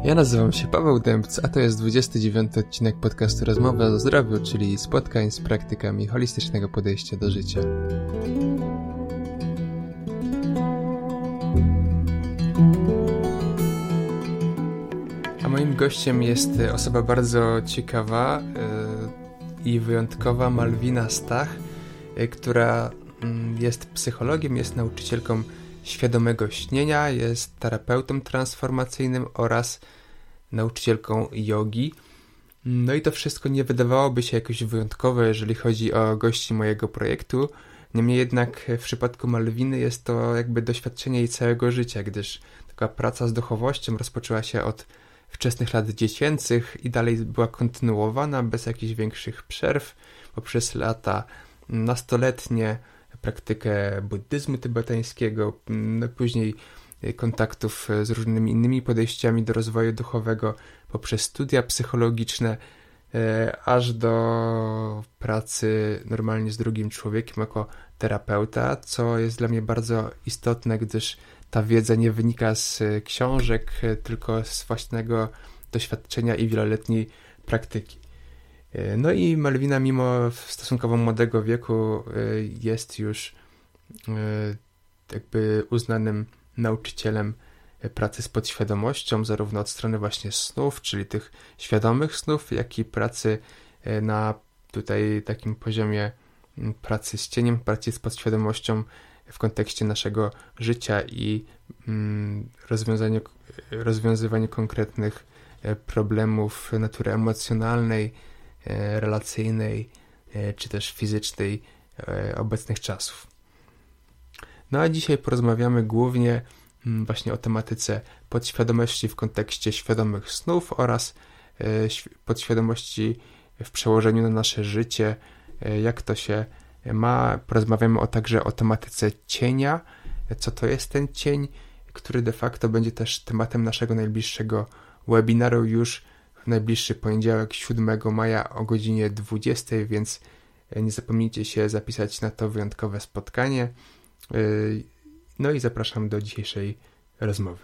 Ja nazywam się Paweł Dębc, a to jest 29. odcinek podcastu Rozmowy o zdrowiu, czyli spotkań z praktykami holistycznego podejścia do życia. A moim gościem jest osoba bardzo ciekawa i wyjątkowa, Malwina Stach, która jest psychologiem, jest nauczycielką świadomego śnienia, jest terapeutą transformacyjnym oraz nauczycielką jogi. No i to wszystko nie wydawałoby się jakoś wyjątkowe, jeżeli chodzi o gości mojego projektu. Niemniej jednak w przypadku Malwiny jest to jakby doświadczenie jej całego życia, gdyż taka praca z duchowością rozpoczęła się od wczesnych lat dziecięcych i dalej była kontynuowana bez jakichś większych przerw poprzez lata nastoletnie, praktykę buddyzmu tybetańskiego, no później kontaktów z różnymi innymi podejściami do rozwoju duchowego poprzez studia psychologiczne, aż do pracy normalnie z drugim człowiekiem jako terapeuta, co jest dla mnie bardzo istotne, gdyż ta wiedza nie wynika z książek, tylko z własnego doświadczenia i wieloletniej praktyki. No i Malwina mimo stosunkowo młodego wieku jest już jakby uznanym nauczycielem pracy z podświadomością, zarówno od strony właśnie snów, czyli tych świadomych snów, jak i pracy na tutaj takim poziomie pracy z cieniem, pracy z podświadomością w kontekście naszego życia i rozwiązywania konkretnych problemów natury emocjonalnej, relacyjnej, czy też fizycznej obecnych czasów. No a dzisiaj porozmawiamy głównie właśnie o tematyce podświadomości w kontekście świadomych snów oraz podświadomości w przełożeniu na nasze życie, jak to się ma. Porozmawiamy także o tematyce cienia, co to jest ten cień, który de facto będzie też tematem naszego najbliższego webinaru już w najbliższy poniedziałek 7 maja o godzinie 20, więc nie zapomnijcie się zapisać na to wyjątkowe spotkanie. No i zapraszam do dzisiejszej rozmowy.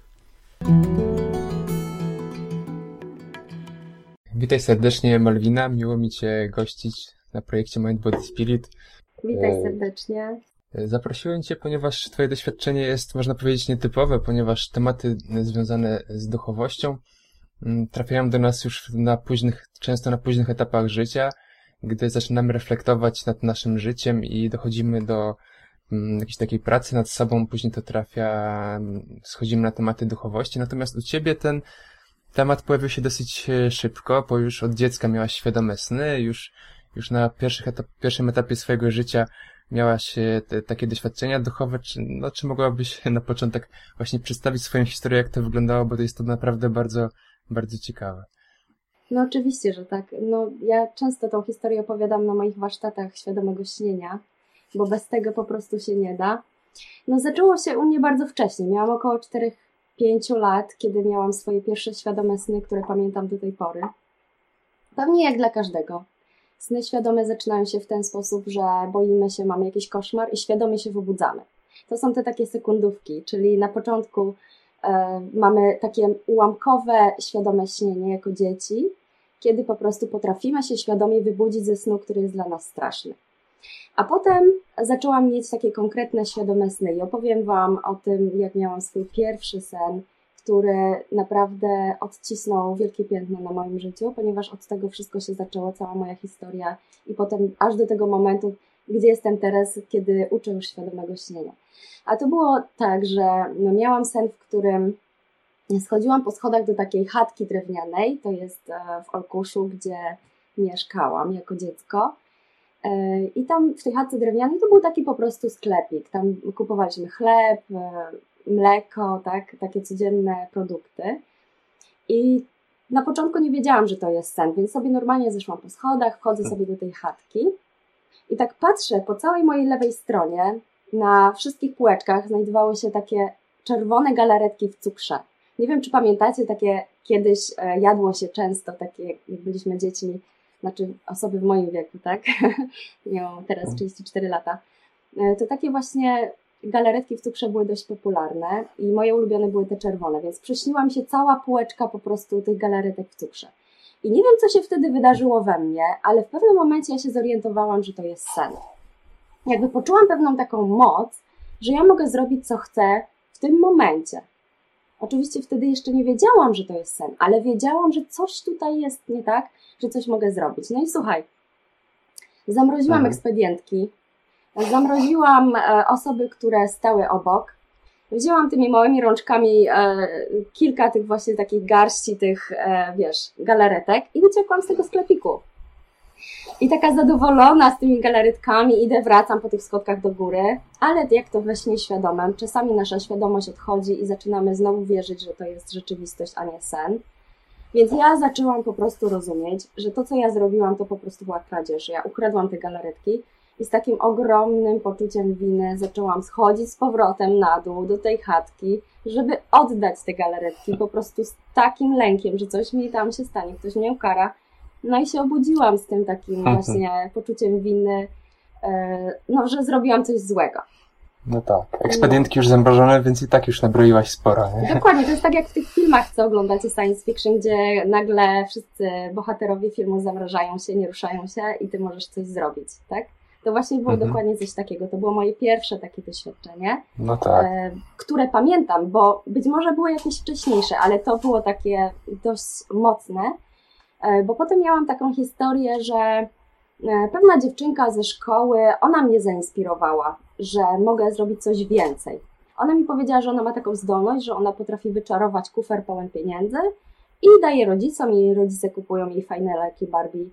Witaj serdecznie, Malwina. Miło mi Cię gościć na projekcie Mind Body Spirit. Witaj serdecznie. Zaprosiłem Cię, ponieważ Twoje doświadczenie jest, można powiedzieć, nietypowe, ponieważ tematy związane z duchowością trafiają do nas już często na późnych etapach życia, gdy zaczynamy reflektować nad naszym życiem i dochodzimy do jakiejś takiej pracy nad sobą, później to schodzimy na tematy duchowości. Natomiast u Ciebie ten temat pojawił się dosyć szybko, bo już od dziecka miałaś świadome sny, już na pierwszym etapie swojego życia miałaś takie doświadczenia duchowe. Czy mogłabyś na początek właśnie przedstawić swoją historię, jak to wyglądało, bo to jest to naprawdę bardzo, bardzo ciekawe. No oczywiście, że tak. No, ja często tą historię opowiadam na moich warsztatach świadomego śnienia, bo bez tego po prostu się nie da. No zaczęło się u mnie bardzo wcześnie. Miałam około 4-5 lat, kiedy miałam swoje pierwsze świadome sny, które pamiętam do tej pory. Pewnie jak dla każdego. Sny świadome zaczynają się w ten sposób, że boimy się, mamy jakiś koszmar i świadomie się wybudzamy. To są te takie sekundówki, czyli na początku mamy takie ułamkowe świadome śnienie jako dzieci, kiedy po prostu potrafimy się świadomie wybudzić ze snu, który jest dla nas straszny. A potem zaczęłam mieć takie konkretne świadome sny i opowiem Wam o tym, jak miałam swój pierwszy sen, który naprawdę odcisnął wielkie piętno na moim życiu, ponieważ od tego wszystko się zaczęło, cała moja historia i potem aż do tego momentu, gdzie jestem teraz, kiedy uczę już świadomego śnienia. A to było tak, że miałam sen, w którym schodziłam po schodach do takiej chatki drewnianej, to jest w Olkuszu, gdzie mieszkałam jako dziecko. I tam w tej chatce drewnianej to był taki po prostu sklepik. Tam kupowaliśmy chleb, mleko, tak, takie codzienne produkty. I na początku nie wiedziałam, że to jest sen, więc sobie normalnie zeszłam po schodach, wchodzę sobie do tej chatki i tak patrzę po całej mojej lewej stronie, na wszystkich półeczkach znajdowały się takie czerwone galaretki w cukrze. Nie wiem, czy pamiętacie, takie kiedyś jadło się często, takie jak byliśmy dziećmi, znaczy osoby w moim wieku, tak? Miałam teraz 34 lata. To takie właśnie galaretki w cukrze były dość popularne i moje ulubione były te czerwone, więc przyśniła mi się cała półeczka po prostu tych galaretek w cukrze. I nie wiem, co się wtedy wydarzyło we mnie, ale w pewnym momencie ja się zorientowałam, że to jest sen. Jakby poczułam pewną taką moc, że ja mogę zrobić, co chcę w tym momencie. Oczywiście wtedy jeszcze nie wiedziałam, że to jest sen, ale wiedziałam, że coś tutaj jest nie tak, że coś mogę zrobić. No i słuchaj, zamroziłam ekspedientki, zamroziłam osoby, które stały obok, wzięłam tymi małymi rączkami kilka tych właśnie takich garści tych, galaretek i wyciekłam z tego sklepiku. I taka zadowolona z tymi galaretkami idę, wracam po tych schodkach do góry, ale jak to we śnie świadomym, czasami nasza świadomość odchodzi i zaczynamy znowu wierzyć, że to jest rzeczywistość, a nie sen. Więc ja zaczęłam po prostu rozumieć, że to, co ja zrobiłam, to po prostu była kradzież. Ja ukradłam te galaretki i z takim ogromnym poczuciem winy zaczęłam schodzić z powrotem na dół do tej chatki, żeby oddać te galaretki, po prostu z takim lękiem, że coś mi tam się stanie, ktoś mnie ukara. No i się obudziłam z tym takim właśnie poczuciem winy, że zrobiłam coś złego. No tak, ekspedientki już zamrożone, więc i tak już nabroiłaś sporo, nie? Dokładnie, to jest tak jak w tych filmach, co oglądacie science fiction, gdzie nagle wszyscy bohaterowie filmu zamrażają się, nie ruszają się i ty możesz coś zrobić, tak? To właśnie było dokładnie coś takiego. To było moje pierwsze takie doświadczenie, no tak. Które pamiętam, bo być może były jakieś wcześniejsze, ale to było takie dość mocne, bo potem miałam taką historię, że pewna dziewczynka ze szkoły, ona mnie zainspirowała, że mogę zrobić coś więcej. Ona mi powiedziała, że ona ma taką zdolność, że ona potrafi wyczarować kufer pełen pieniędzy i daje rodzicom i jej rodzice kupują jej fajne lalki Barbie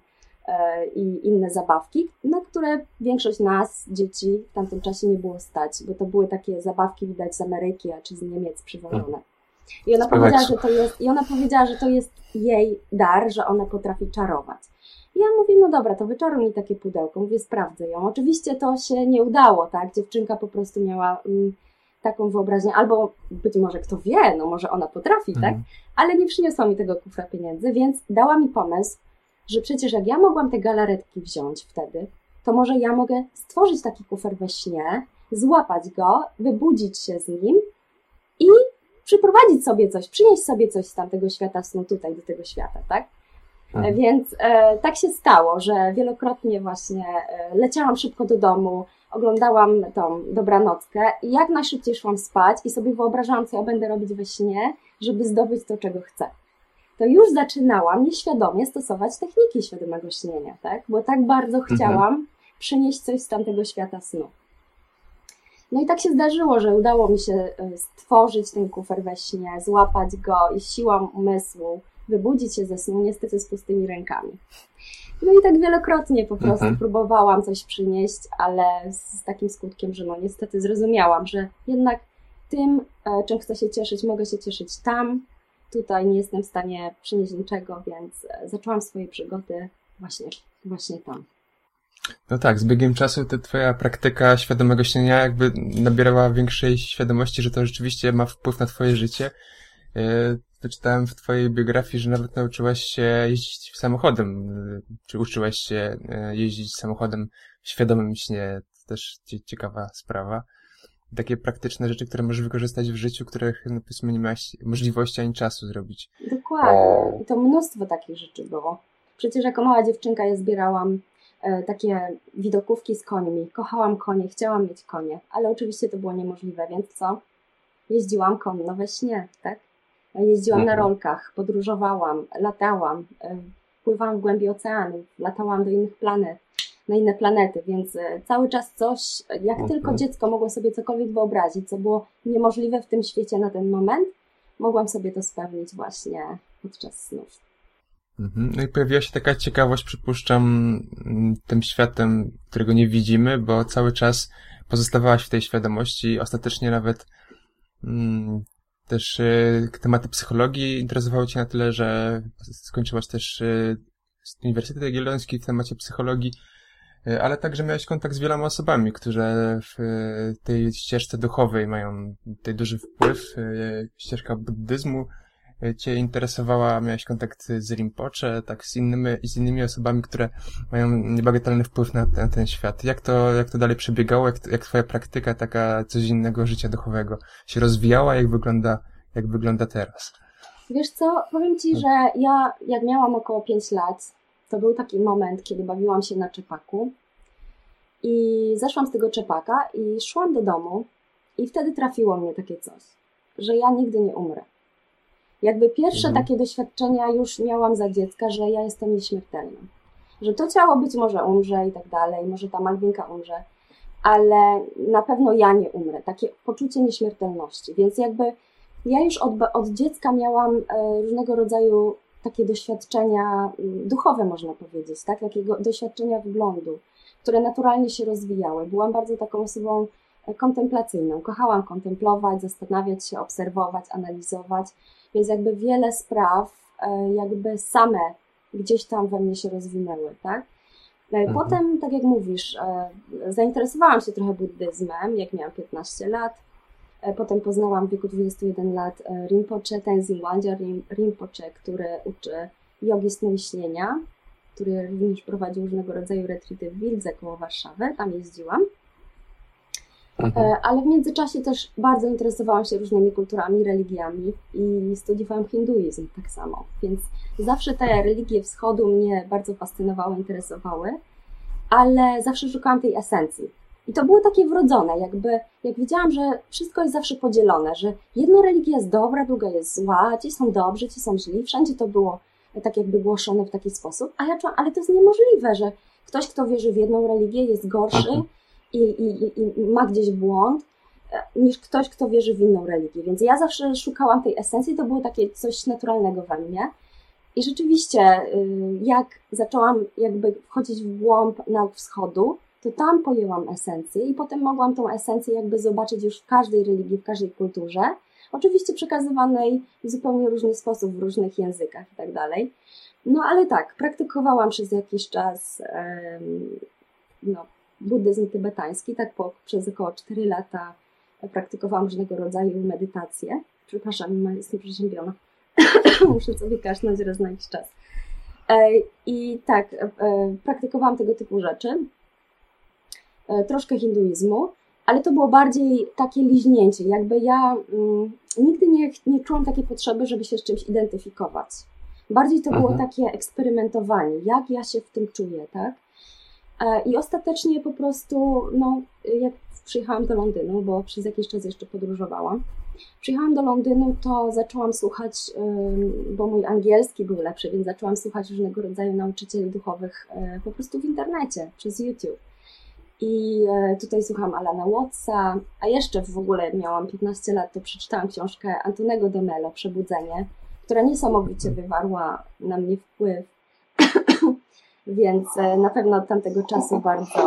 i inne zabawki, na które większość nas, dzieci, w tamtym czasie nie było stać, bo to były takie zabawki widać z Ameryki, czy z Niemiec przywożone. I ona powiedziała, że to jest jej dar, że ona potrafi czarować. I ja mówię, no dobra, to wyczaruj mi takie pudełko. Mówię, sprawdzę ją. Oczywiście to się nie udało, tak? Dziewczynka po prostu miała taką wyobraźnię, albo być może kto wie, no może ona potrafi, tak? Ale nie przyniosła mi tego kufra pieniędzy, więc dała mi pomysł, że przecież jak ja mogłam te galaretki wziąć wtedy, to może ja mogę stworzyć taki kufer we śnie, złapać go, wybudzić się z nim i przyprowadzić sobie coś, przynieść sobie coś z tamtego świata snu tutaj do tego świata, tak? Więc tak się stało, że wielokrotnie właśnie leciałam szybko do domu, oglądałam tą dobranockę i jak najszybciej szłam spać i sobie wyobrażałam, co ja będę robić we śnie, żeby zdobyć to, czego chcę. To już zaczynałam nieświadomie stosować techniki świadomego śnienia, tak? Bo tak bardzo chciałam przynieść coś z tamtego świata snu. No i tak się zdarzyło, że udało mi się stworzyć ten kufer we śnie, złapać go i siłą umysłu wybudzić się ze snu, niestety z pustymi rękami. No i tak wielokrotnie po prostu próbowałam coś przynieść, ale z takim skutkiem, że no niestety zrozumiałam, że jednak tym, czym chcę się cieszyć, mogę się cieszyć tam. Tutaj nie jestem w stanie przynieść niczego, więc zaczęłam swoje przygody właśnie tam. No tak, z biegiem czasu ta twoja praktyka świadomego śnienia jakby nabierała większej świadomości, że to rzeczywiście ma wpływ na twoje życie. Wyczytałem w twojej biografii, że nawet nauczyłaś się jeździć samochodem. Czy uczyłaś się jeździć samochodem w świadomym śnie? To też ciekawa sprawa. Takie praktyczne rzeczy, które możesz wykorzystać w życiu, których no, powiedzmy nie miałaś możliwości ani czasu zrobić. Dokładnie. I to mnóstwo takich rzeczy było. Przecież jako mała dziewczynka ja zbierałam takie widokówki z końmi. Kochałam konie, chciałam mieć konie, ale oczywiście to było niemożliwe, więc co? Jeździłam konno we śnie, tak? Jeździłam na rolkach, podróżowałam, latałam, pływałam w głębi oceanów, latałam do innych planet, na inne planety, więc cały czas coś, jak tylko dziecko mogło sobie cokolwiek wyobrazić, co było niemożliwe w tym świecie na ten moment, mogłam sobie to spełnić właśnie podczas snów. No i pojawiła się taka ciekawość, przypuszczam, tym światem, którego nie widzimy, bo cały czas pozostawałaś w tej świadomości, ostatecznie nawet też tematy psychologii interesowały cię na tyle, że skończyłaś też Uniwersytet Jagielloński w temacie psychologii, ale także miałeś kontakt z wieloma osobami, które w tej ścieżce duchowej mają tutaj duży wpływ. Ścieżka buddyzmu, Cię interesowała, miałeś kontakt z Rinpoche, tak z innymi osobami, które mają niebagatelny wpływ na ten świat. Jak to dalej przebiegało? Jak twoja praktyka taka codziennego życia duchowego się rozwijała? Jak wygląda teraz? Wiesz co, powiem Ci, że ja jak miałam około 5 lat, to był taki moment, kiedy bawiłam się na czepaku i zeszłam z tego czepaka i szłam do domu i wtedy trafiło mnie takie coś, że ja nigdy nie umrę. Jakby pierwsze takie doświadczenia już miałam za dziecka, że ja jestem nieśmiertelna. Że to ciało być może umrze i tak dalej, może ta Malwinka umrze, ale na pewno ja nie umrę. Takie poczucie nieśmiertelności. Więc jakby ja już od dziecka miałam różnego rodzaju takie doświadczenia duchowe, można powiedzieć, tak? Takiego doświadczenia wglądu, które naturalnie się rozwijały. Byłam bardzo taką osobą kontemplacyjną. Kochałam kontemplować, zastanawiać się, obserwować, analizować, więc jakby wiele spraw jakby same gdzieś tam we mnie się rozwinęły, tak? Potem, tak jak mówisz, zainteresowałam się trochę buddyzmem, jak miałam 15 lat. Potem poznałam w wieku 21 lat Rinpoche, Tenzin Wangyal Rinpoche, który uczy jogi snu i śnienia, który również prowadził różnego rodzaju retreaty w Wildze koło Warszawy, tam jeździłam. Ale w międzyczasie też bardzo interesowałam się różnymi kulturami, religiami i studiowałam hinduizm tak samo, więc zawsze te religie wschodu mnie bardzo fascynowały, interesowały, ale zawsze szukałam tej esencji. I to było takie wrodzone, jakby jak widziałam, że wszystko jest zawsze podzielone, że jedna religia jest dobra, druga jest zła, ci są dobrzy, ci są źli, wszędzie to było tak jakby głoszone w taki sposób, a ja czułam, ale to jest niemożliwe, że ktoś, kto wierzy w jedną religię, jest gorszy i ma gdzieś błąd, niż ktoś, kto wierzy w inną religię. Więc ja zawsze szukałam tej esencji, to było takie coś naturalnego we mnie. I rzeczywiście, jak zaczęłam jakby wchodzić w głąb nauk wschodu, to tam pojęłam esencję i potem mogłam tą esencję jakby zobaczyć już w każdej religii, w każdej kulturze. Oczywiście przekazywanej w zupełnie różny sposób, w różnych językach i tak dalej. No ale tak, praktykowałam przez jakiś czas buddyzm tybetański, tak przez około 4 lata praktykowałam różnego rodzaju medytacje. Przepraszam, jestem przeziębiona. Muszę sobie kaszlnąć raz na jakiś czas. I tak, praktykowałam tego typu rzeczy. Troszkę hinduizmu, ale to było bardziej takie liźnięcie. Jakby ja nigdy nie czułam takiej potrzeby, żeby się z czymś identyfikować. Bardziej to było takie eksperymentowanie, jak ja się w tym czuję, tak? I ostatecznie po prostu, jak przyjechałam do Londynu, bo przez jakiś czas jeszcze podróżowałam, przyjechałam do Londynu, to zaczęłam słuchać, bo mój angielski był lepszy, więc zaczęłam słuchać różnego rodzaju nauczycieli duchowych po prostu w internecie, przez YouTube. I tutaj słucham Alana Wattsa, a jeszcze w ogóle miałam 15 lat, to przeczytałam książkę Antonego de Mello, Przebudzenie, która niesamowicie wywarła na mnie wpływ. Więc na pewno od tamtego czasu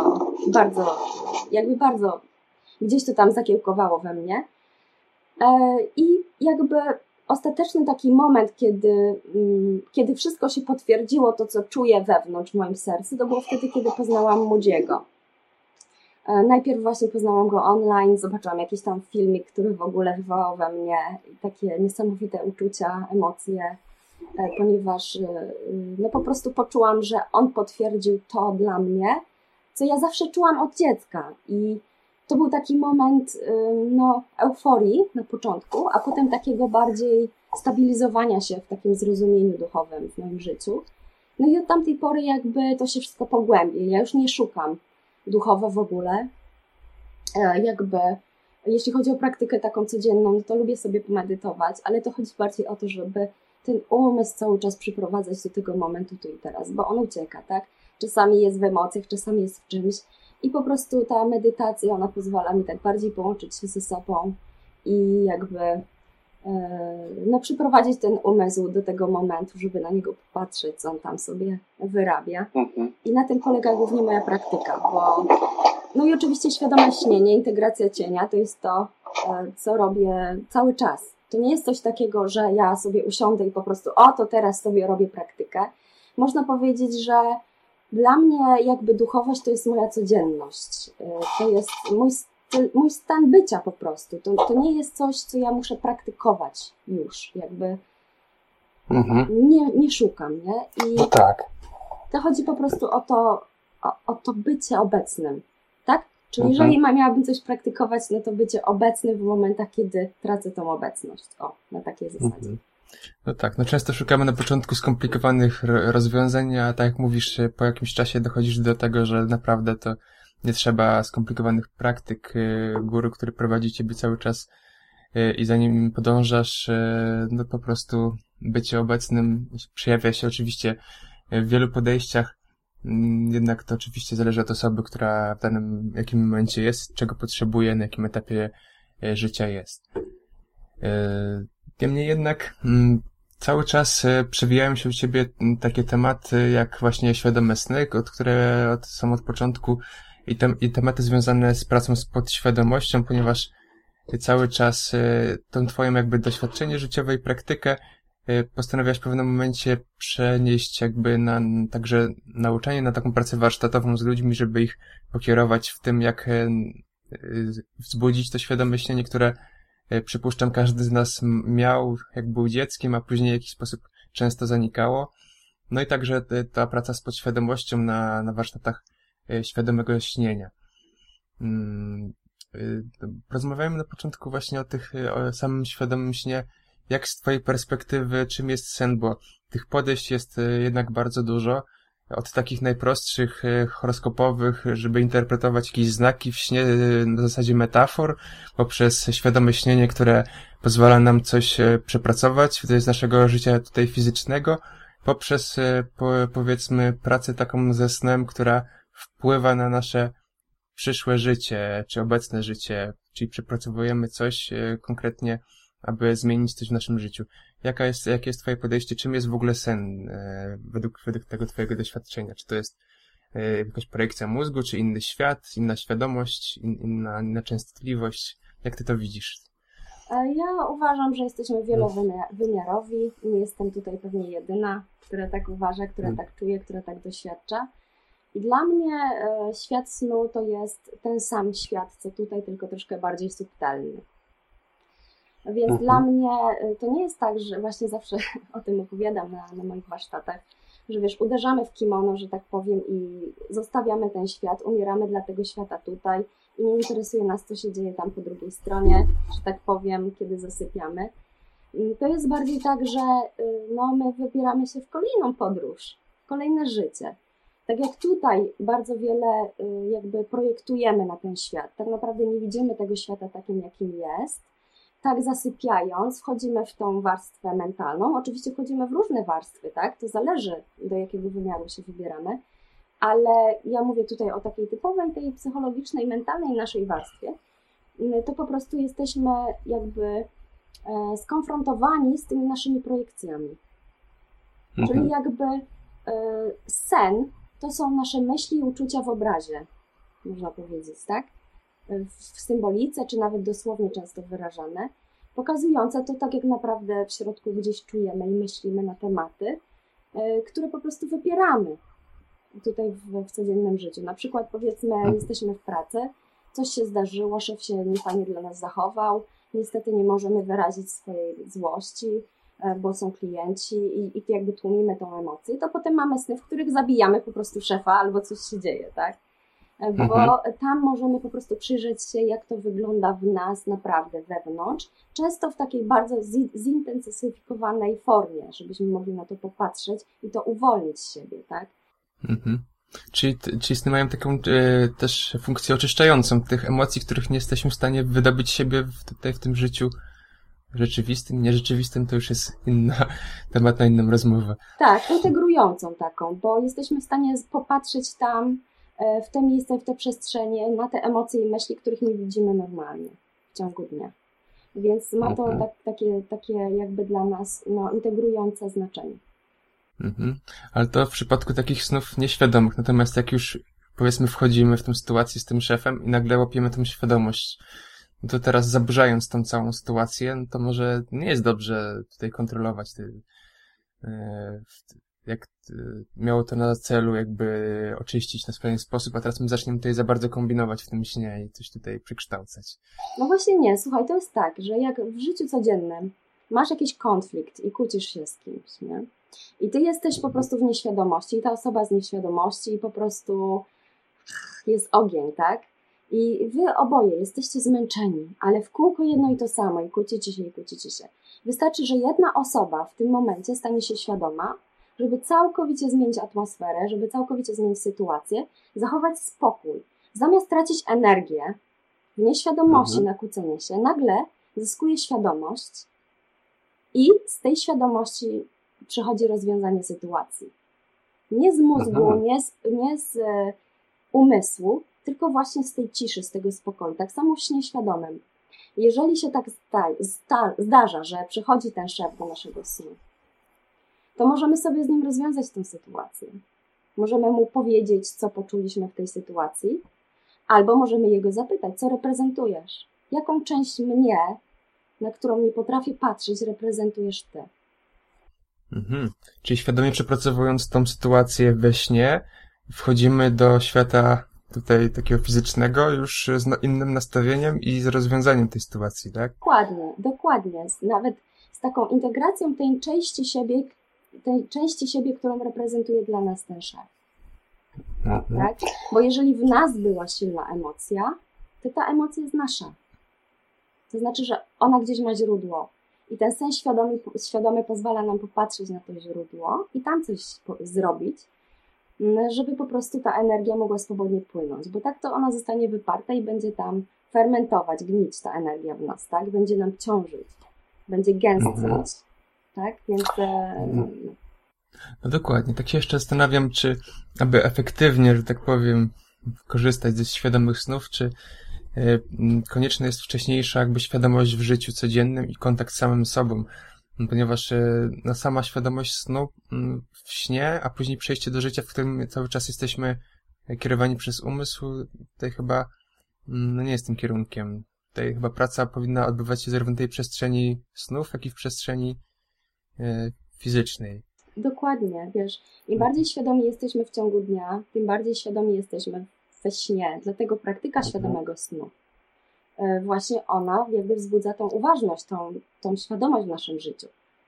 bardzo gdzieś to tam zakiełkowało we mnie. I jakby ostateczny taki moment, kiedy wszystko się potwierdziło, to co czuję wewnątrz w moim sercu, to było wtedy, kiedy poznałam Moody'ego. Najpierw właśnie poznałam go online, zobaczyłam jakiś tam filmik, który w ogóle wywołał we mnie takie niesamowite uczucia, emocje, ponieważ po prostu poczułam, że on potwierdził to dla mnie, co ja zawsze czułam od dziecka. I to był taki moment euforii na początku, a potem takiego bardziej stabilizowania się w takim zrozumieniu duchowym w moim życiu. No i od tamtej pory jakby to się wszystko pogłębia. Ja już nie szukam duchowo w ogóle. Jakby jeśli chodzi o praktykę taką codzienną, to lubię sobie pomedytować, ale to chodzi bardziej o to, żeby ten umysł cały czas przyprowadzać do tego momentu tu i teraz, bo on ucieka, tak? Czasami jest w emocjach, czasami jest w czymś i po prostu ta medytacja, ona pozwala mi tak bardziej połączyć się ze sobą i jakby przyprowadzić ten umysł do tego momentu, żeby na niego popatrzeć, co on tam sobie wyrabia. I na tym polega głównie moja praktyka, bo no i oczywiście świadome śnienie, integracja cienia to jest to, co robię cały czas. To nie jest coś takiego, że ja sobie usiądę i po prostu to teraz sobie robię praktykę. Można powiedzieć, że dla mnie jakby duchowość to jest moja codzienność. To jest mój stan bycia po prostu. To nie jest coś, co ja muszę praktykować już. Jakby Nie szukam, nie? I No tak. to chodzi po prostu o to bycie obecnym, tak? Czyli jeżeli miałabym coś praktykować, no to bycie obecny w momentach, kiedy tracę tą obecność. O, na takiej zasadzie. No tak, no często szukamy na początku skomplikowanych rozwiązań, a tak jak mówisz, po jakimś czasie dochodzisz do tego, że naprawdę to nie trzeba skomplikowanych praktyk, guru, który prowadzi ciebie cały czas i za nim podążasz, no po prostu bycie obecnym przejawia się oczywiście w wielu podejściach, jednak to oczywiście zależy od osoby, która w danym jakim momencie jest, czego potrzebuje, na jakim etapie życia jest. Niemniej jednak cały czas przewijają się u ciebie takie tematy jak właśnie świadome sny, które są od początku i tematy związane z pracą z podświadomością, ponieważ ty cały czas tą twoją jakby doświadczenie życiowe i praktykę postanowiłaś w pewnym momencie przenieść jakby na także nauczanie, na taką pracę warsztatową z ludźmi, żeby ich pokierować w tym, jak wzbudzić to świadome myślenie, które przypuszczam każdy z nas miał, jak był dzieckiem, a później w jakiś sposób często zanikało. No i także ta praca z podświadomością na warsztatach świadomego śnienia. Rozmawiajmy na początku właśnie o samym świadomym śnie. Jak z twojej perspektywy, czym jest sen? Bo tych podejść jest jednak bardzo dużo. Od takich najprostszych, horoskopowych, żeby interpretować jakieś znaki w śnie na zasadzie metafor, poprzez świadome śnienie, które pozwala nam coś przepracować z naszego życia tutaj fizycznego, poprzez powiedzmy pracę taką ze snem, która wpływa na nasze przyszłe życie, czy obecne życie, czyli przepracowujemy coś konkretnie, aby zmienić coś w naszym życiu. Jakie jest twoje podejście? Czym jest w ogóle sen według tego twojego doświadczenia? Czy to jest jakaś projekcja mózgu, czy inny świat, inna świadomość, inna częstotliwość? Jak ty to widzisz? Ja uważam, że jesteśmy wielowymiarowi. Nie jestem tutaj pewnie jedyna, która tak uważa, która tak czuje, która tak doświadcza. I dla mnie świat snu to jest ten sam świat, co tutaj, tylko troszkę bardziej subtelny. Więc dla mnie to nie jest tak, że właśnie zawsze o tym opowiadam na moich warsztatach, że wiesz, uderzamy w kimono, że tak powiem, i zostawiamy ten świat, umieramy dla tego świata tutaj i nie interesuje nas, co się dzieje tam po drugiej stronie, że tak powiem, kiedy zasypiamy. To jest bardziej tak, że no, my wybieramy się w kolejną podróż, w kolejne życie. Tak jak tutaj bardzo wiele jakby projektujemy na ten świat, tak naprawdę nie widzimy tego świata takim, jakim jest. Tak zasypiając, wchodzimy w tą warstwę mentalną. Oczywiście wchodzimy w różne warstwy, tak? To zależy, do jakiego wymiaru się wybieramy, ale ja mówię tutaj o takiej typowej, tej psychologicznej, mentalnej naszej warstwie. To po prostu jesteśmy jakby skonfrontowani z tymi naszymi projekcjami. Czyli jakby sen to są nasze myśli i uczucia w obrazie, można powiedzieć, tak? W symbolice, czy nawet dosłownie często wyrażane, pokazujące to tak, jak naprawdę w środku gdzieś czujemy i myślimy na tematy, które po prostu wybieramy tutaj w codziennym życiu. Na przykład powiedzmy, jesteśmy w pracy, coś się zdarzyło, szef się niefajnie dla nas zachował, niestety nie możemy wyrazić swojej złości, bo są klienci i jakby tłumimy tą emocję. To potem mamy sny, w których zabijamy po prostu szefa albo coś się dzieje, tak? Bo tam możemy po prostu przyjrzeć się, jak to wygląda w nas naprawdę wewnątrz, często w takiej bardzo zintensyfikowanej formie, żebyśmy mogli na to popatrzeć i to uwolnić z siebie, tak? Czyli sny mają taką też funkcję oczyszczającą tych emocji, których nie jesteśmy w stanie wydobyć siebie tutaj w tym życiu rzeczywistym, nierzeczywistym, to już jest temat na inną rozmowę. Tak, integrującą taką, bo jesteśmy w stanie popatrzeć tam w te miejsca, w te przestrzenie, na te emocje i myśli, których nie widzimy normalnie w ciągu dnia. Więc ma to takie jakby dla nas integrujące znaczenie. Ale to w przypadku takich snów nieświadomych, natomiast jak już powiedzmy wchodzimy w tę sytuację z tym szefem i nagle łapiemy tą świadomość, no to teraz zaburzając tą całą sytuację, no to może nie jest dobrze tutaj kontrolować jak miało to na celu jakby oczyścić na pewien sposób, a teraz my zaczniemy tutaj za bardzo kombinować w tym śnie i coś tutaj przekształcać. No właśnie nie, słuchaj, to jest tak, że jak w życiu codziennym masz jakiś konflikt i kłócisz się z kimś, nie? I ty jesteś po prostu w nieświadomości i ta osoba z nieświadomości i po prostu jest ogień, tak? I wy oboje jesteście zmęczeni, ale w kółko jedno i to samo i kłócicie się i kłócicie się. Wystarczy, że jedna osoba w tym momencie stanie się świadoma, żeby całkowicie zmienić atmosferę, żeby całkowicie zmienić sytuację, zachować spokój. Zamiast tracić energię w nieświadomości na kłócenie się, nagle zyskuje świadomość i z tej świadomości przychodzi rozwiązanie sytuacji. Nie z mózgu, nie z umysłu, tylko właśnie z tej ciszy, z tego spokoju. Tak samo w śnie świadomym. Jeżeli się tak zdarza, że przychodzi ten szef do naszego snu, to możemy sobie z nim rozwiązać tę sytuację. Możemy mu powiedzieć, co poczuliśmy w tej sytuacji, albo możemy jego zapytać, co reprezentujesz? Jaką część mnie, na którą nie potrafię patrzeć, reprezentujesz ty? Czyli świadomie przepracowując tą sytuację we śnie, wchodzimy do świata tutaj takiego fizycznego już z innym nastawieniem i z rozwiązaniem tej sytuacji, tak? Dokładnie. Nawet z taką integracją tej części siebie, którą reprezentuje dla nas ten szef. Tak? Bo jeżeli w nas była silna emocja, to ta emocja jest nasza. To znaczy, że ona gdzieś ma źródło. I ten sen świadomy pozwala nam popatrzeć na to źródło i tam coś zrobić, żeby po prostu ta energia mogła swobodnie płynąć. Bo tak to ona zostanie wyparta i będzie tam fermentować, gnić ta energia w nas, tak? Będzie nam ciążyć, będzie gęstnieć, tak? Więc... No dokładnie. Tak się jeszcze zastanawiam, czy aby efektywnie, że tak powiem, korzystać ze świadomych snów, czy konieczna jest wcześniejsza jakby świadomość w życiu codziennym i kontakt z samym sobą, ponieważ sama świadomość snu w śnie, a później przejście do życia, w którym cały czas jesteśmy kierowani przez umysł, tutaj chyba nie jest tym kierunkiem. Tutaj chyba praca powinna odbywać się zarówno w tej przestrzeni snów, jak i w przestrzeni fizycznej. Dokładnie, wiesz, im bardziej świadomi jesteśmy w ciągu dnia, tym bardziej świadomi jesteśmy we śnie. Dlatego praktyka świadomego snu, właśnie ona jakby wzbudza tą uważność, tą świadomość w naszym życiu.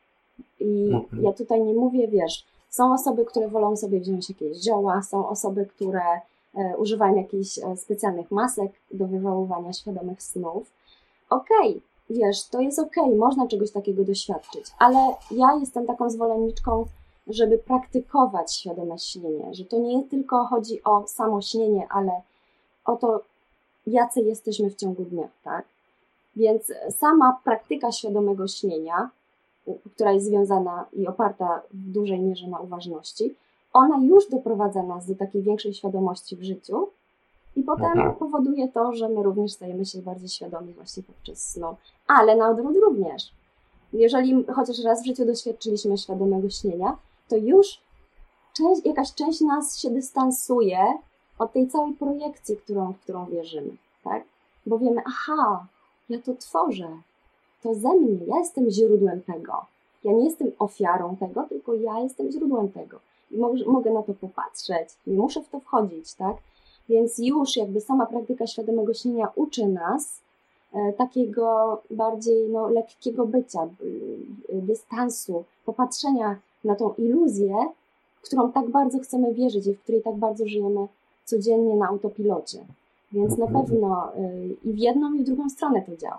I ja tutaj nie mówię, wiesz, są osoby, które wolą sobie wziąć jakieś zioła, są osoby, które używają jakichś specjalnych masek do wywoływania świadomych snów. Okej, wiesz, to jest okej, można czegoś takiego doświadczyć, ale ja jestem taką zwolenniczką, żeby praktykować świadome śnienie, że to nie tylko chodzi o samo śnienie, ale o to, jacy jesteśmy w ciągu dnia, tak? Więc sama praktyka świadomego śnienia, która jest związana i oparta w dużej mierze na uważności, ona już doprowadza nas do takiej większej świadomości w życiu i potem powoduje to, że my również stajemy się bardziej świadomi właśnie podczas snu. Ale na odwrót również. Jeżeli chociaż raz w życiu doświadczyliśmy świadomego śnienia, to już jakaś część nas się dystansuje od tej całej projekcji, w którą wierzymy, tak? Bo wiemy, aha, ja to tworzę, to ze mnie, ja jestem źródłem tego. Ja nie jestem ofiarą tego, tylko ja jestem źródłem tego. I mogę na to popatrzeć, nie muszę w to wchodzić, tak? Więc już jakby sama praktyka świadomego śnienia uczy nas takiego bardziej lekkiego bycia, dystansu, popatrzenia na tą iluzję, w którą tak bardzo chcemy wierzyć i w której tak bardzo żyjemy codziennie na autopilocie. Więc na pewno i w jedną, i w drugą stronę to działa.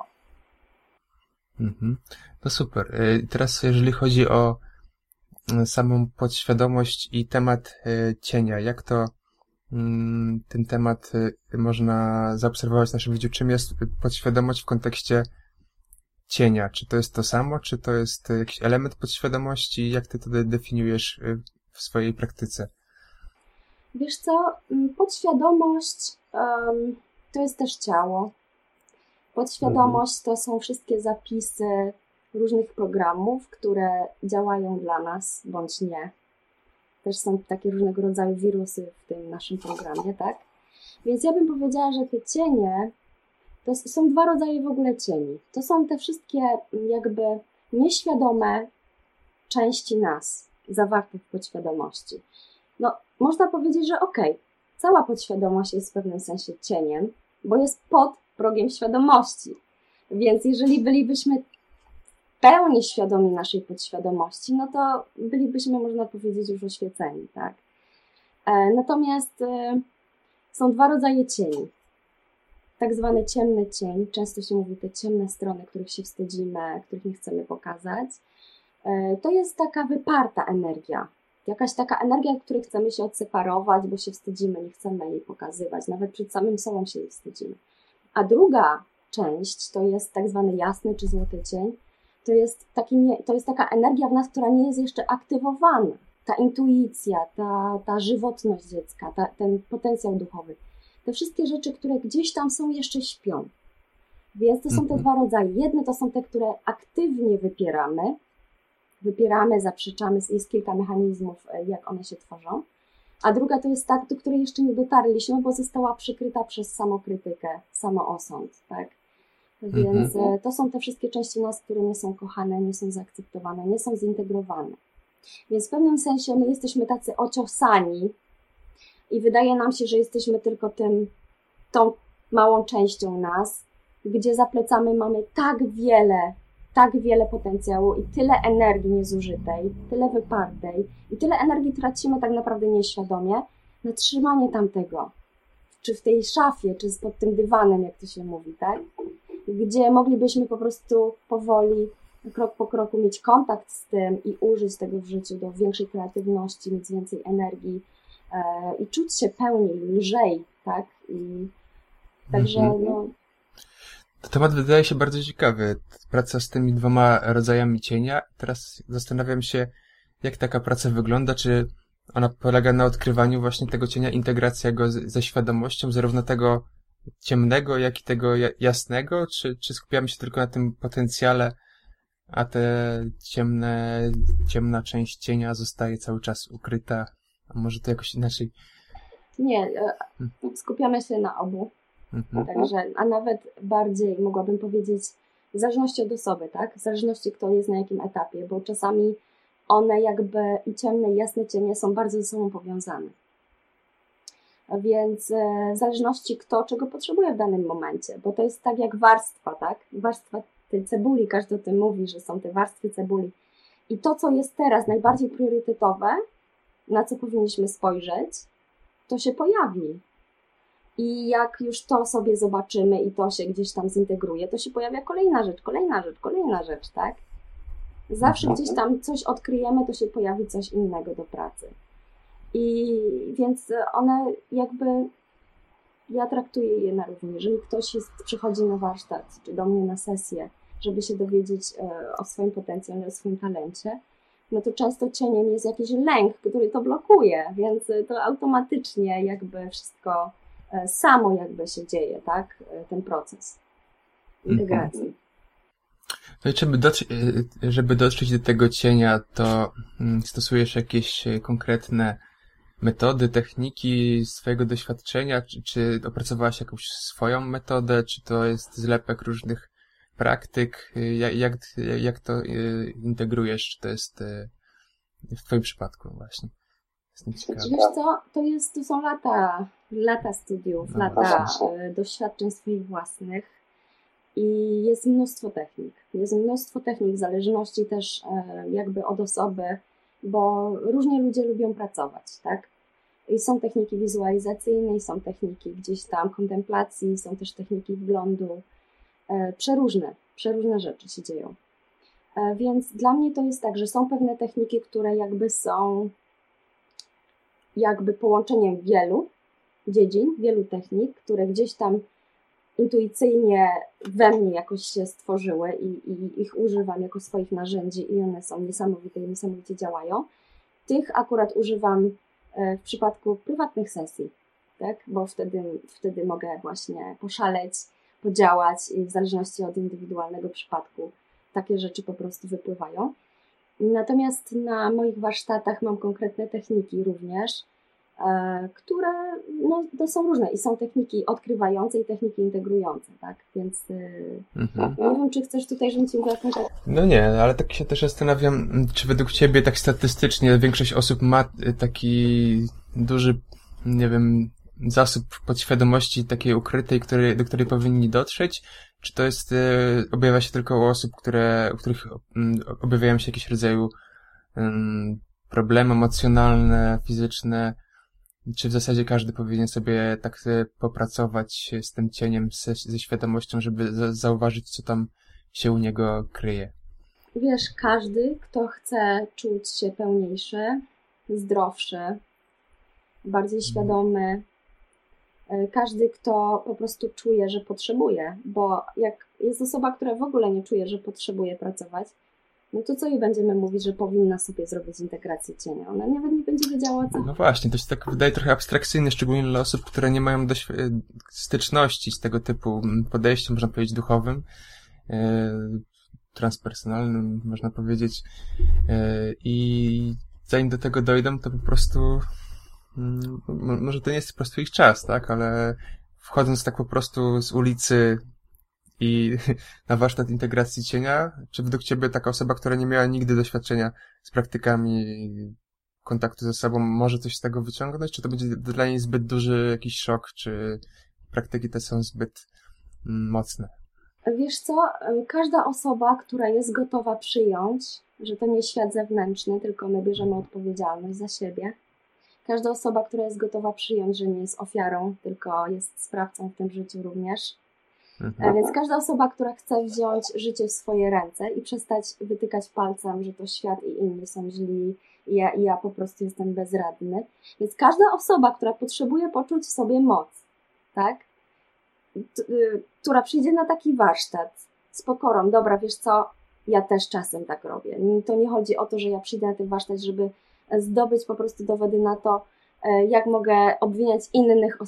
No super. Teraz jeżeli chodzi o samą podświadomość i temat cienia, jak to ten temat można zaobserwować w naszym życiu? Czym jest podświadomość w kontekście cienia? Czy to jest to samo? Czy to jest jakiś element podświadomości? Jak ty to definiujesz w swojej praktyce? Wiesz co? Podświadomość to jest też ciało. Podświadomość to są wszystkie zapisy różnych programów, które działają dla nas, bądź nie. Też są takie różnego rodzaju wirusy w tym naszym programie, tak? Więc ja bym powiedziała, że te cienie, to są dwa rodzaje w ogóle cieni. To są te wszystkie jakby nieświadome części nas, zawarte w podświadomości. No, można powiedzieć, że cała podświadomość jest w pewnym sensie cieniem, bo jest pod progiem świadomości. Więc jeżeli bylibyśmy w pełni świadomi naszej podświadomości, no to bylibyśmy, można powiedzieć, już oświeceni, tak? Natomiast są dwa rodzaje cieni. Tak zwany ciemny cień, często się mówi te ciemne strony, których się wstydzimy, których nie chcemy pokazać. To jest taka wyparta energia. Jakaś taka energia, od której chcemy się odseparować, bo się wstydzimy, nie chcemy jej pokazywać. Nawet przed samym sobą się jej wstydzimy. A druga część to jest tak zwany jasny czy złoty cień. To jest taka energia w nas, która nie jest jeszcze aktywowana. Ta intuicja, ta żywotność dziecka, ten potencjał duchowy. Te wszystkie rzeczy, które gdzieś tam są, jeszcze śpią. Więc to są te dwa rodzaje. Jedne to są te, które aktywnie wypieramy, zaprzeczamy, jest kilka mechanizmów, jak one się tworzą. A druga to jest ta, do której jeszcze nie dotarliśmy, bo została przykryta przez samokrytykę, samoosąd, tak? Więc to są te wszystkie części nas, które nie są kochane, nie są zaakceptowane, nie są zintegrowane. Więc w pewnym sensie my jesteśmy tacy ociosani i wydaje nam się, że jesteśmy tylko tą małą częścią nas, gdzie za plecami mamy tak wiele potencjału i tyle energii niezużytej, tyle wypartej i tyle energii tracimy tak naprawdę nieświadomie na trzymanie tamtego. Czy w tej szafie, czy pod tym dywanem, jak to się mówi, tak? Gdzie moglibyśmy po prostu powoli, krok po kroku mieć kontakt z tym i użyć tego w życiu do większej kreatywności, mieć więcej energii i czuć się pełniej, lżej, tak? I także Temat wydaje się bardzo ciekawy. Praca z tymi dwoma rodzajami cienia. Teraz zastanawiam się, jak taka praca wygląda, czy ona polega na odkrywaniu właśnie tego cienia, integracja go ze świadomością, zarówno tego ciemnego, jak i tego jasnego, czy skupiamy się tylko na tym potencjale, a te ciemna część cienia zostaje cały czas ukryta, a może to jakoś inaczej? Nie, skupiamy się na obu. Także, a nawet bardziej mogłabym powiedzieć, w zależności od osoby, tak? W zależności kto jest na jakim etapie, bo czasami one jakby i ciemne i jasne cienie są bardzo ze sobą powiązane. Więc w zależności kto czego potrzebuje w danym momencie, bo to jest tak jak warstwa, tak? Warstwa tej cebuli, każdy o tym mówi, że są te warstwy cebuli. I to, co jest teraz najbardziej priorytetowe, na co powinniśmy spojrzeć, to się pojawi. I jak już to sobie zobaczymy i to się gdzieś tam zintegruje, to się pojawia kolejna rzecz, tak? Zawsze gdzieś tam coś odkryjemy, to się pojawi coś innego do pracy. I więc one jakby, ja traktuję je na równi. Jeżeli ktoś przychodzi na warsztat, czy do mnie na sesję, żeby się dowiedzieć o swoim potencjale, o swoim talencie, no to często cieniem jest jakiś lęk, który to blokuje, więc to automatycznie jakby wszystko samo jakby się dzieje, tak? Ten proces integracji. No i żeby dotrzeć do tego cienia, to stosujesz jakieś konkretne metody, techniki swojego doświadczenia, czy opracowałaś jakąś swoją metodę, czy to jest zlepek różnych praktyk? Jak to integrujesz? Czy to jest w twoim przypadku właśnie? Wiesz co, to są lata studiów, lata doświadczeń swoich własnych i jest mnóstwo technik. Jest mnóstwo technik w zależności też jakby od osoby, bo różnie ludzie lubią pracować, tak? I są techniki wizualizacyjne, i są techniki gdzieś tam kontemplacji, są też techniki wglądu. Przeróżne rzeczy się dzieją. Więc dla mnie to jest tak, że są pewne techniki, które jakby są połączeniem wielu dziedzin, wielu technik, które gdzieś tam intuicyjnie we mnie jakoś się stworzyły i ich używam jako swoich narzędzi i one są niesamowicie działają. Tych akurat używam w przypadku prywatnych sesji, tak? Bo wtedy mogę właśnie poszaleć, podziałać i w zależności od indywidualnego przypadku takie rzeczy po prostu wypływają. Natomiast na moich warsztatach mam konkretne techniki również, które to są różne i są techniki odkrywające i techniki integrujące, tak? Więc nie wiem, czy chcesz tutaj, żebym Ci mówiła jakąś... No nie, ale tak się też zastanawiam, czy według Ciebie tak statystycznie większość osób ma taki duży, nie wiem, zasób podświadomości takiej ukrytej, do której powinni dotrzeć? Czy to jest, objawia się tylko u osób, u których objawiają się jakieś rodzaju problemy emocjonalne, fizyczne? Czy w zasadzie każdy powinien sobie tak popracować z tym cieniem, ze świadomością, żeby zauważyć, co tam się u niego kryje? Wiesz, każdy, kto chce czuć się pełniejszy, zdrowszy, bardziej świadomy, każdy, kto po prostu czuje, że potrzebuje, bo jak jest osoba, która w ogóle nie czuje, że potrzebuje pracować, no to co jej będziemy mówić, że powinna sobie zrobić integrację cienia? Ona nawet nie będzie wiedziała, co... No właśnie, to się tak wydaje trochę abstrakcyjne, szczególnie dla osób, które nie mają styczności z tego typu podejściem, można powiedzieć, duchowym, transpersonalnym, można powiedzieć. I zanim do tego dojdą, to po prostu może to nie jest po prostu ich czas, tak? Ale wchodząc tak po prostu z ulicy i na warsztat integracji cienia, czy według Ciebie taka osoba, która nie miała nigdy doświadczenia z praktykami kontaktu ze sobą, może coś z tego wyciągnąć? Czy to będzie dla niej zbyt duży jakiś szok, czy praktyki te są zbyt mocne? Wiesz co, każda osoba, która jest gotowa przyjąć, że to nie świat zewnętrzny, tylko my bierzemy odpowiedzialność za siebie. Każda osoba, która jest gotowa przyjąć, że nie jest ofiarą, tylko jest sprawcą w tym życiu również. Więc każda osoba, która chce wziąć życie w swoje ręce i przestać wytykać palcem, że to świat i inni są źli i ja po prostu jestem bezradny. Więc każda osoba, która potrzebuje poczuć w sobie moc, tak? Która przyjdzie na taki warsztat z pokorą, dobra, wiesz co, ja też czasem tak robię. To nie chodzi o to, że ja przyjdę na ten warsztat, żeby zdobyć po prostu dowody na to, jak mogę obwiniać innych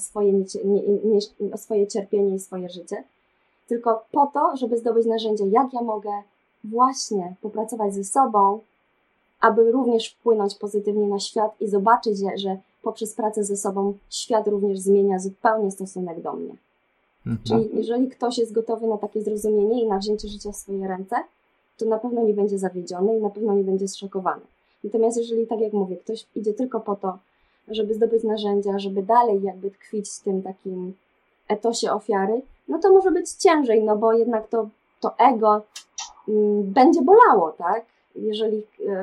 o swoje cierpienie i swoje życie, tylko po to, żeby zdobyć narzędzia, jak ja mogę właśnie popracować ze sobą, aby również wpłynąć pozytywnie na świat i zobaczyć, że poprzez pracę ze sobą świat również zmienia zupełnie stosunek do mnie. Czyli jeżeli ktoś jest gotowy na takie zrozumienie i na wzięcie życia w swoje ręce, to na pewno nie będzie zawiedziony i na pewno nie będzie zszokowany. Natomiast jeżeli, tak jak mówię, ktoś idzie tylko po to, żeby zdobyć narzędzia, żeby dalej jakby tkwić w tym takim etosie ofiary, no to może być ciężej, no bo jednak to ego będzie bolało, tak? Jeżeli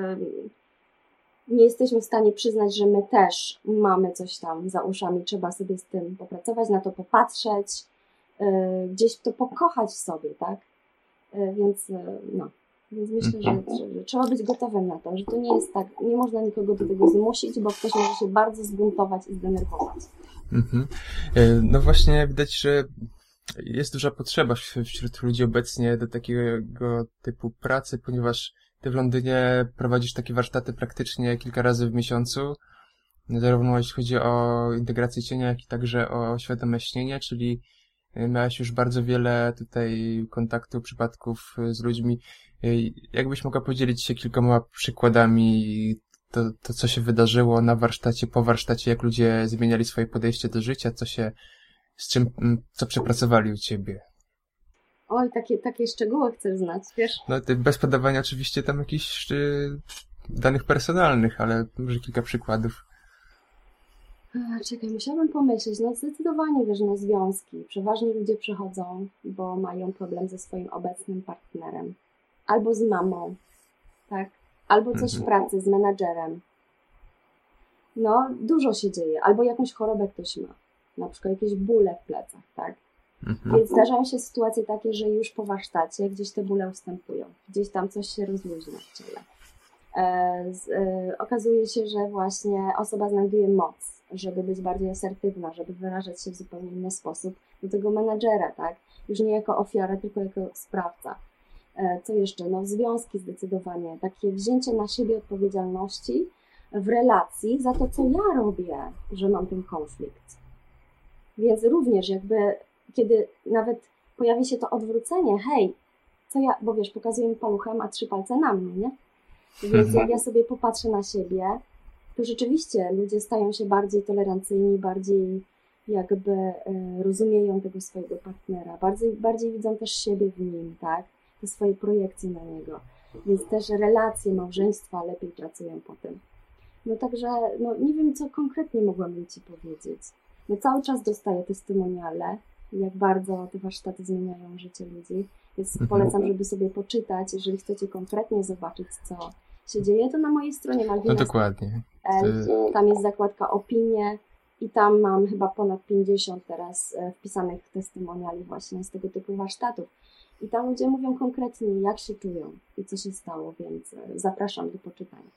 nie jesteśmy w stanie przyznać, że my też mamy coś tam za uszami, trzeba sobie z tym popracować, na to popatrzeć, gdzieś to pokochać w sobie, tak? Więc myślę, że trzeba być gotowym na to, że to nie jest tak, nie można nikogo do tego zmusić, bo ktoś może się bardzo zbuntować i zdenerwować. No właśnie widać, że jest duża potrzeba wśród ludzi obecnie do takiego typu pracy, ponieważ Ty w Londynie prowadzisz takie warsztaty praktycznie kilka razy w miesiącu, zarówno jeśli chodzi o integrację cienia, jak i także o świadome śnienie, czyli miałeś już bardzo wiele tutaj kontaktu, przypadków z ludźmi. Jakbyś mogła podzielić się kilkoma przykładami to co się wydarzyło na warsztacie, po warsztacie, jak ludzie zmieniali swoje podejście do życia, co przepracowali u Ciebie? Oj, takie szczegóły chcesz znać, wiesz? No, bez podawania oczywiście tam jakichś danych personalnych, ale może kilka przykładów. Czekaj, musiałabym pomyśleć. No zdecydowanie, wiesz, związki. Przeważnie ludzie przychodzą, bo mają problem ze swoim obecnym partnerem. Albo z mamą, tak? Albo coś w pracy z menadżerem. No, dużo się dzieje. Albo jakąś chorobę ktoś ma. Na przykład jakieś bóle w plecach, tak? Więc zdarzają się sytuacje takie, że już po warsztacie gdzieś te bóle ustępują. Gdzieś tam coś się rozluźnia w ciele. Okazuje się, że właśnie osoba znajduje moc, żeby być bardziej asertywna, żeby wyrażać się w zupełnie inny sposób do tego menadżera, tak? Już nie jako ofiara, tylko jako sprawca. Co jeszcze? No związki zdecydowanie. Takie wzięcie na siebie odpowiedzialności w relacji za to, co ja robię, że mam ten konflikt. Więc również jakby, kiedy nawet pojawi się to odwrócenie, hej, co ja, bo wiesz, pokazuję mi paluchem, a 3 palce na mnie, nie? Więc jak ja sobie popatrzę na siebie, to rzeczywiście ludzie stają się bardziej tolerancyjni, bardziej jakby rozumieją tego swojego partnera, bardziej widzą też siebie w nim, tak? Te swoje projekcje na niego. Więc też relacje małżeństwa lepiej pracują po tym. No także, no nie wiem, co konkretnie mogłabym Ci powiedzieć. No cały czas dostaję testymoniale, jak bardzo te warsztaty zmieniają życie ludzi, więc polecam, żeby sobie poczytać, jeżeli chcecie konkretnie zobaczyć, co się dzieje, to na mojej stronie No dokładnie. tam jest zakładka opinie i tam mam chyba ponad 50 teraz wpisanych testymoniali właśnie z tego typu warsztatów. I tam ludzie mówią konkretnie, jak się czują i co się stało, więc zapraszam do poczytania.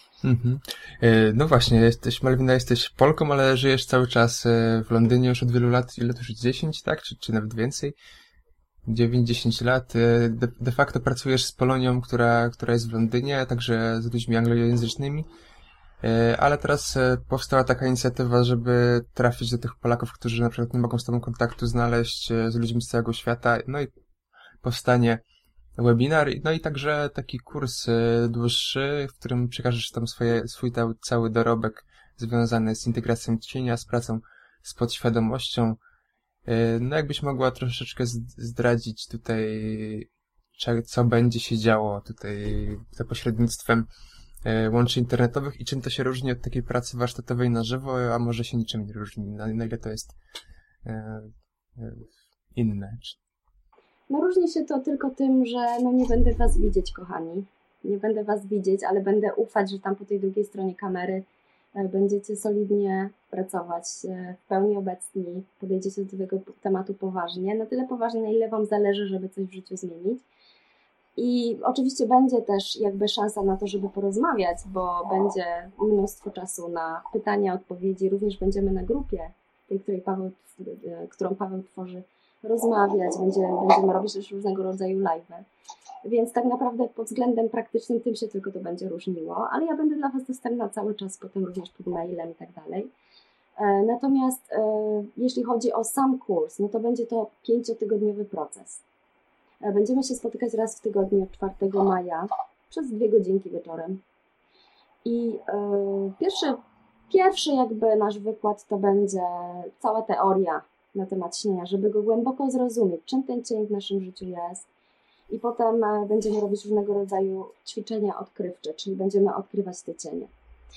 No właśnie, Malwina, jesteś Polką, ale żyjesz cały czas w Londynie już od wielu lat. Ile to już? 10, tak? Czy nawet więcej? 9-10 lat. De facto pracujesz z Polonią, która jest w Londynie, także z ludźmi anglojęzycznymi. Ale teraz powstała taka inicjatywa, żeby trafić do tych Polaków, którzy na przykład nie mogą z tobą kontaktu znaleźć, z ludźmi z całego świata. No i powstanie webinar, no i także taki kurs dłuższy, w którym przekażesz tam swój cały dorobek związany z integracją cienia, z pracą z podświadomością. No jakbyś mogła troszeczkę zdradzić tutaj, co będzie się działo tutaj za pośrednictwem łączy internetowych i czym to się różni od takiej pracy warsztatowej na żywo, a może się niczym nie różni, na ile to jest inne. No różni się to tylko tym, że no nie będę was widzieć, kochani. Nie będę was widzieć, ale będę ufać, że tam po tej drugiej stronie kamery będziecie solidnie pracować, w pełni obecni, podejdziecie do tego tematu poważnie, na tyle poważnie, na ile wam zależy, żeby coś w życiu zmienić. I oczywiście będzie też jakby szansa na to, żeby porozmawiać, bo będzie mnóstwo czasu na pytania, odpowiedzi. Również będziemy na grupie, tej, którą Paweł tworzy, rozmawiać, będziemy robić też różnego rodzaju live'y. Więc tak naprawdę pod względem praktycznym tym się tylko to będzie różniło, ale ja będę dla was dostępna cały czas, potem również pod mailem i tak dalej. Natomiast jeśli chodzi o sam kurs, no to będzie to 5-tygodniowy proces. Będziemy się spotykać raz w tygodniu od 4 maja przez 2 godzinki wieczorem. I pierwszy jakby nasz wykład to będzie cała teoria na temat śnienia, żeby go głęboko zrozumieć, czym ten cień w naszym życiu jest. I potem będziemy robić różnego rodzaju ćwiczenia odkrywcze, czyli będziemy odkrywać te cienie.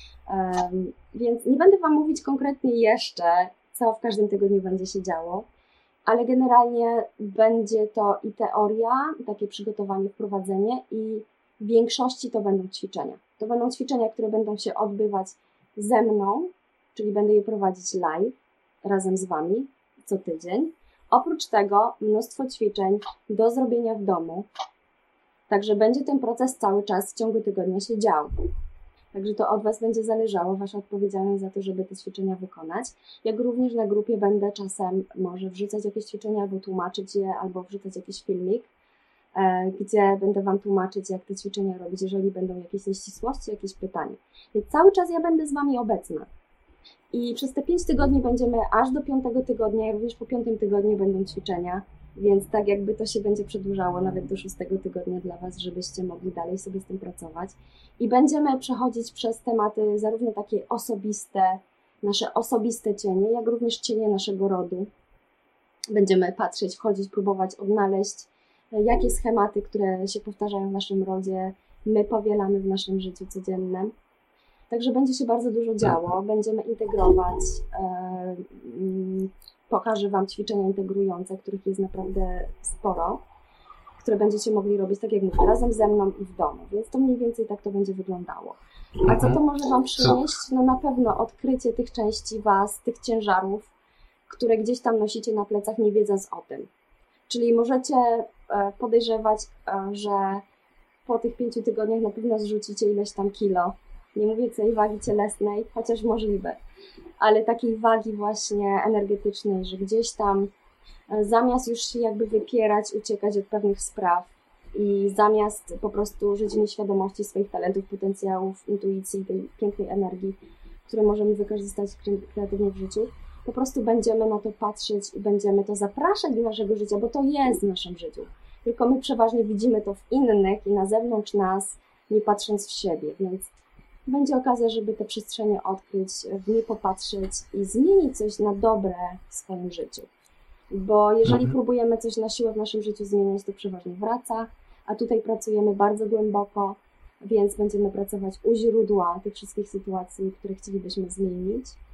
Więc nie będę wam mówić konkretnie jeszcze, co w każdym tygodniu będzie się działo, ale generalnie będzie to i teoria, i takie przygotowanie, wprowadzenie i w większości to będą ćwiczenia. To będą ćwiczenia, które będą się odbywać ze mną, czyli będę je prowadzić live razem z wami co tydzień. Oprócz tego mnóstwo ćwiczeń do zrobienia w domu, także będzie ten proces cały czas w ciągu tygodnia się dział. Także to od was będzie zależało, wasza odpowiedzialność za to, żeby te ćwiczenia wykonać. Jak również na grupie będę czasem może wrzucać jakieś ćwiczenia, albo tłumaczyć je, albo wrzucać jakiś filmik, gdzie będę wam tłumaczyć, jak te ćwiczenia robić, jeżeli będą jakieś nieścisłości, jakieś pytania. Więc cały czas ja będę z wami obecna. I przez te 5 tygodni będziemy aż do 5 tygodnia, i również po 5 tygodniu będą ćwiczenia, więc tak jakby to się będzie przedłużało nawet do 6 tygodnia dla was, żebyście mogli dalej sobie z tym pracować. I będziemy przechodzić przez tematy zarówno takie osobiste, nasze osobiste cienie, jak również cienie naszego rodu. Będziemy patrzeć, wchodzić, próbować odnaleźć, jakie schematy, które się powtarzają w naszym rodzie, my powielamy w naszym życiu codziennym. Także będzie się bardzo dużo działo, będziemy integrować, pokażę wam ćwiczenia integrujące, których jest naprawdę sporo, które będziecie mogli robić, tak jak mówię, razem ze mną i w domu, więc to mniej więcej tak to będzie wyglądało. A co to może wam przynieść? No na pewno odkrycie tych części was, tych ciężarów, które gdzieś tam nosicie na plecach, nie wiedząc o tym. Czyli możecie podejrzewać, że po tych 5 tygodniach na pewno zrzucicie ileś tam kilo. Nie mówię tej wagi cielesnej, chociaż możliwe, ale takiej wagi właśnie energetycznej, że gdzieś tam zamiast już się jakby wypierać, uciekać od pewnych spraw i zamiast po prostu żyć w nieświadomości swoich talentów, potencjałów, intuicji, tej pięknej energii, które możemy wykorzystać kreatywnie w życiu, po prostu będziemy na to patrzeć i będziemy to zapraszać do naszego życia, bo to jest w naszym życiu. Tylko my przeważnie widzimy to w innych i na zewnątrz nas, nie patrząc w siebie, więc będzie okazja, żeby te przestrzenie odkryć, w nie popatrzeć i zmienić coś na dobre w swoim życiu. Bo jeżeli próbujemy coś na siłę w naszym życiu zmieniać, to przeważnie wraca, a tutaj pracujemy bardzo głęboko, więc będziemy pracować u źródła tych wszystkich sytuacji, które chcielibyśmy zmienić.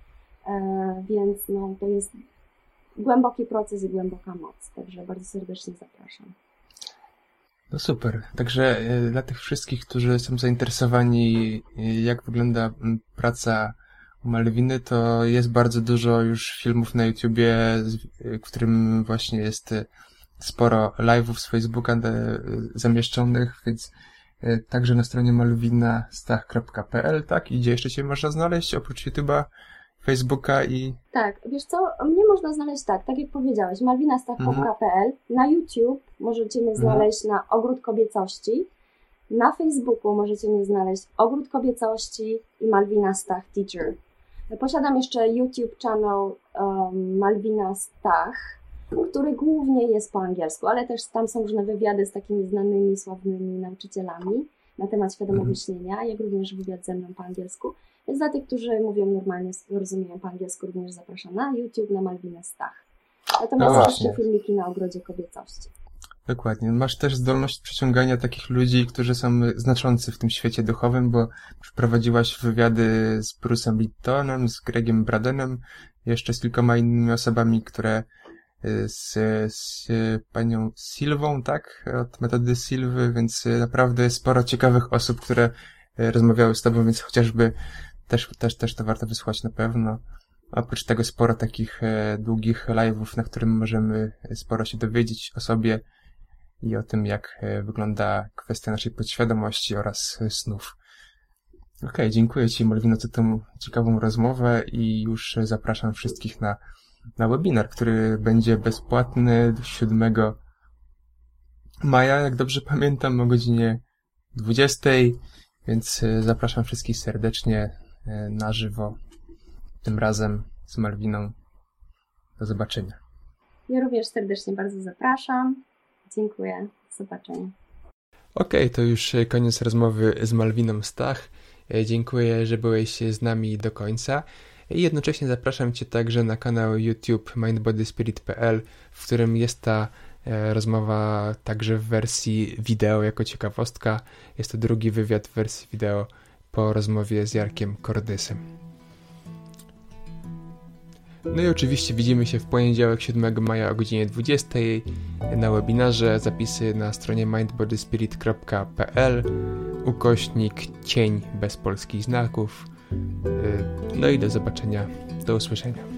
Więc no, to jest głęboki proces i głęboka moc, także bardzo serdecznie zapraszam. No super. Także dla tych wszystkich, którzy są zainteresowani, jak wygląda praca u Malwiny, to jest bardzo dużo już filmów na YouTubie, w którym właśnie jest sporo live'ów z Facebooka zamieszczonych, więc także na stronie malwinastach.pl, tak? I gdzie jeszcze Cię można znaleźć, oprócz YouTube'a, Facebooka i... Tak, wiesz co, mnie można znaleźć tak jak powiedziałeś, malwinastach.pl, na YouTube możecie mnie znaleźć na Ogród Kobiecości, na Facebooku możecie mnie znaleźć Ogród Kobiecości i Malwina Stach Teacher. Posiadam jeszcze YouTube channel Malwina Stach, który głównie jest po angielsku, ale też tam są różne wywiady z takimi znanymi, sławnymi nauczycielami na temat świadomego śnienia, jak również wywiad ze mną po angielsku. Więc dla tych, którzy mówią normalnie, rozumieją po angielsku, również zapraszam na YouTube, na Malwinę Stach. Natomiast wszystkie filmiki na Ogrodzie Kobiecości. Dokładnie. Masz też zdolność przyciągania takich ludzi, którzy są znaczący w tym świecie duchowym, bo przeprowadziłaś wywiady z Bruce'em Liptonem, z Gregiem Bradenem, jeszcze z kilkoma innymi osobami, które z panią Silwą, tak? Od metody Silwy, więc naprawdę sporo ciekawych osób, które rozmawiały z tobą, więc chociażby też to warto wysłuchać na pewno. Oprócz tego sporo takich długich live'ów, na którym możemy sporo się dowiedzieć o sobie i o tym, jak wygląda kwestia naszej podświadomości oraz snów. Okej, dziękuję Ci, Malwino, za tę ciekawą rozmowę i już zapraszam wszystkich na webinar, który będzie bezpłatny 7 maja, jak dobrze pamiętam, o godzinie 20, więc zapraszam wszystkich serdecznie na żywo, tym razem z Malwiną. Do zobaczenia. Ja również serdecznie bardzo zapraszam. Dziękuję. Do zobaczenia. Okej, to już koniec rozmowy z Malwiną Stach. Dziękuję, że byłeś z nami do końca. I jednocześnie zapraszam Cię także na kanał YouTube mindbodyspirit.pl, w którym jest ta rozmowa także w wersji wideo jako ciekawostka. Jest to drugi wywiad w wersji wideo po rozmowie z Jarkiem Kordysem. No i oczywiście widzimy się w poniedziałek 7 maja o godzinie 20 na webinarze. Zapisy na stronie mindbodyspirit.pl /cień bez polskich znaków. No i do zobaczenia, do usłyszenia.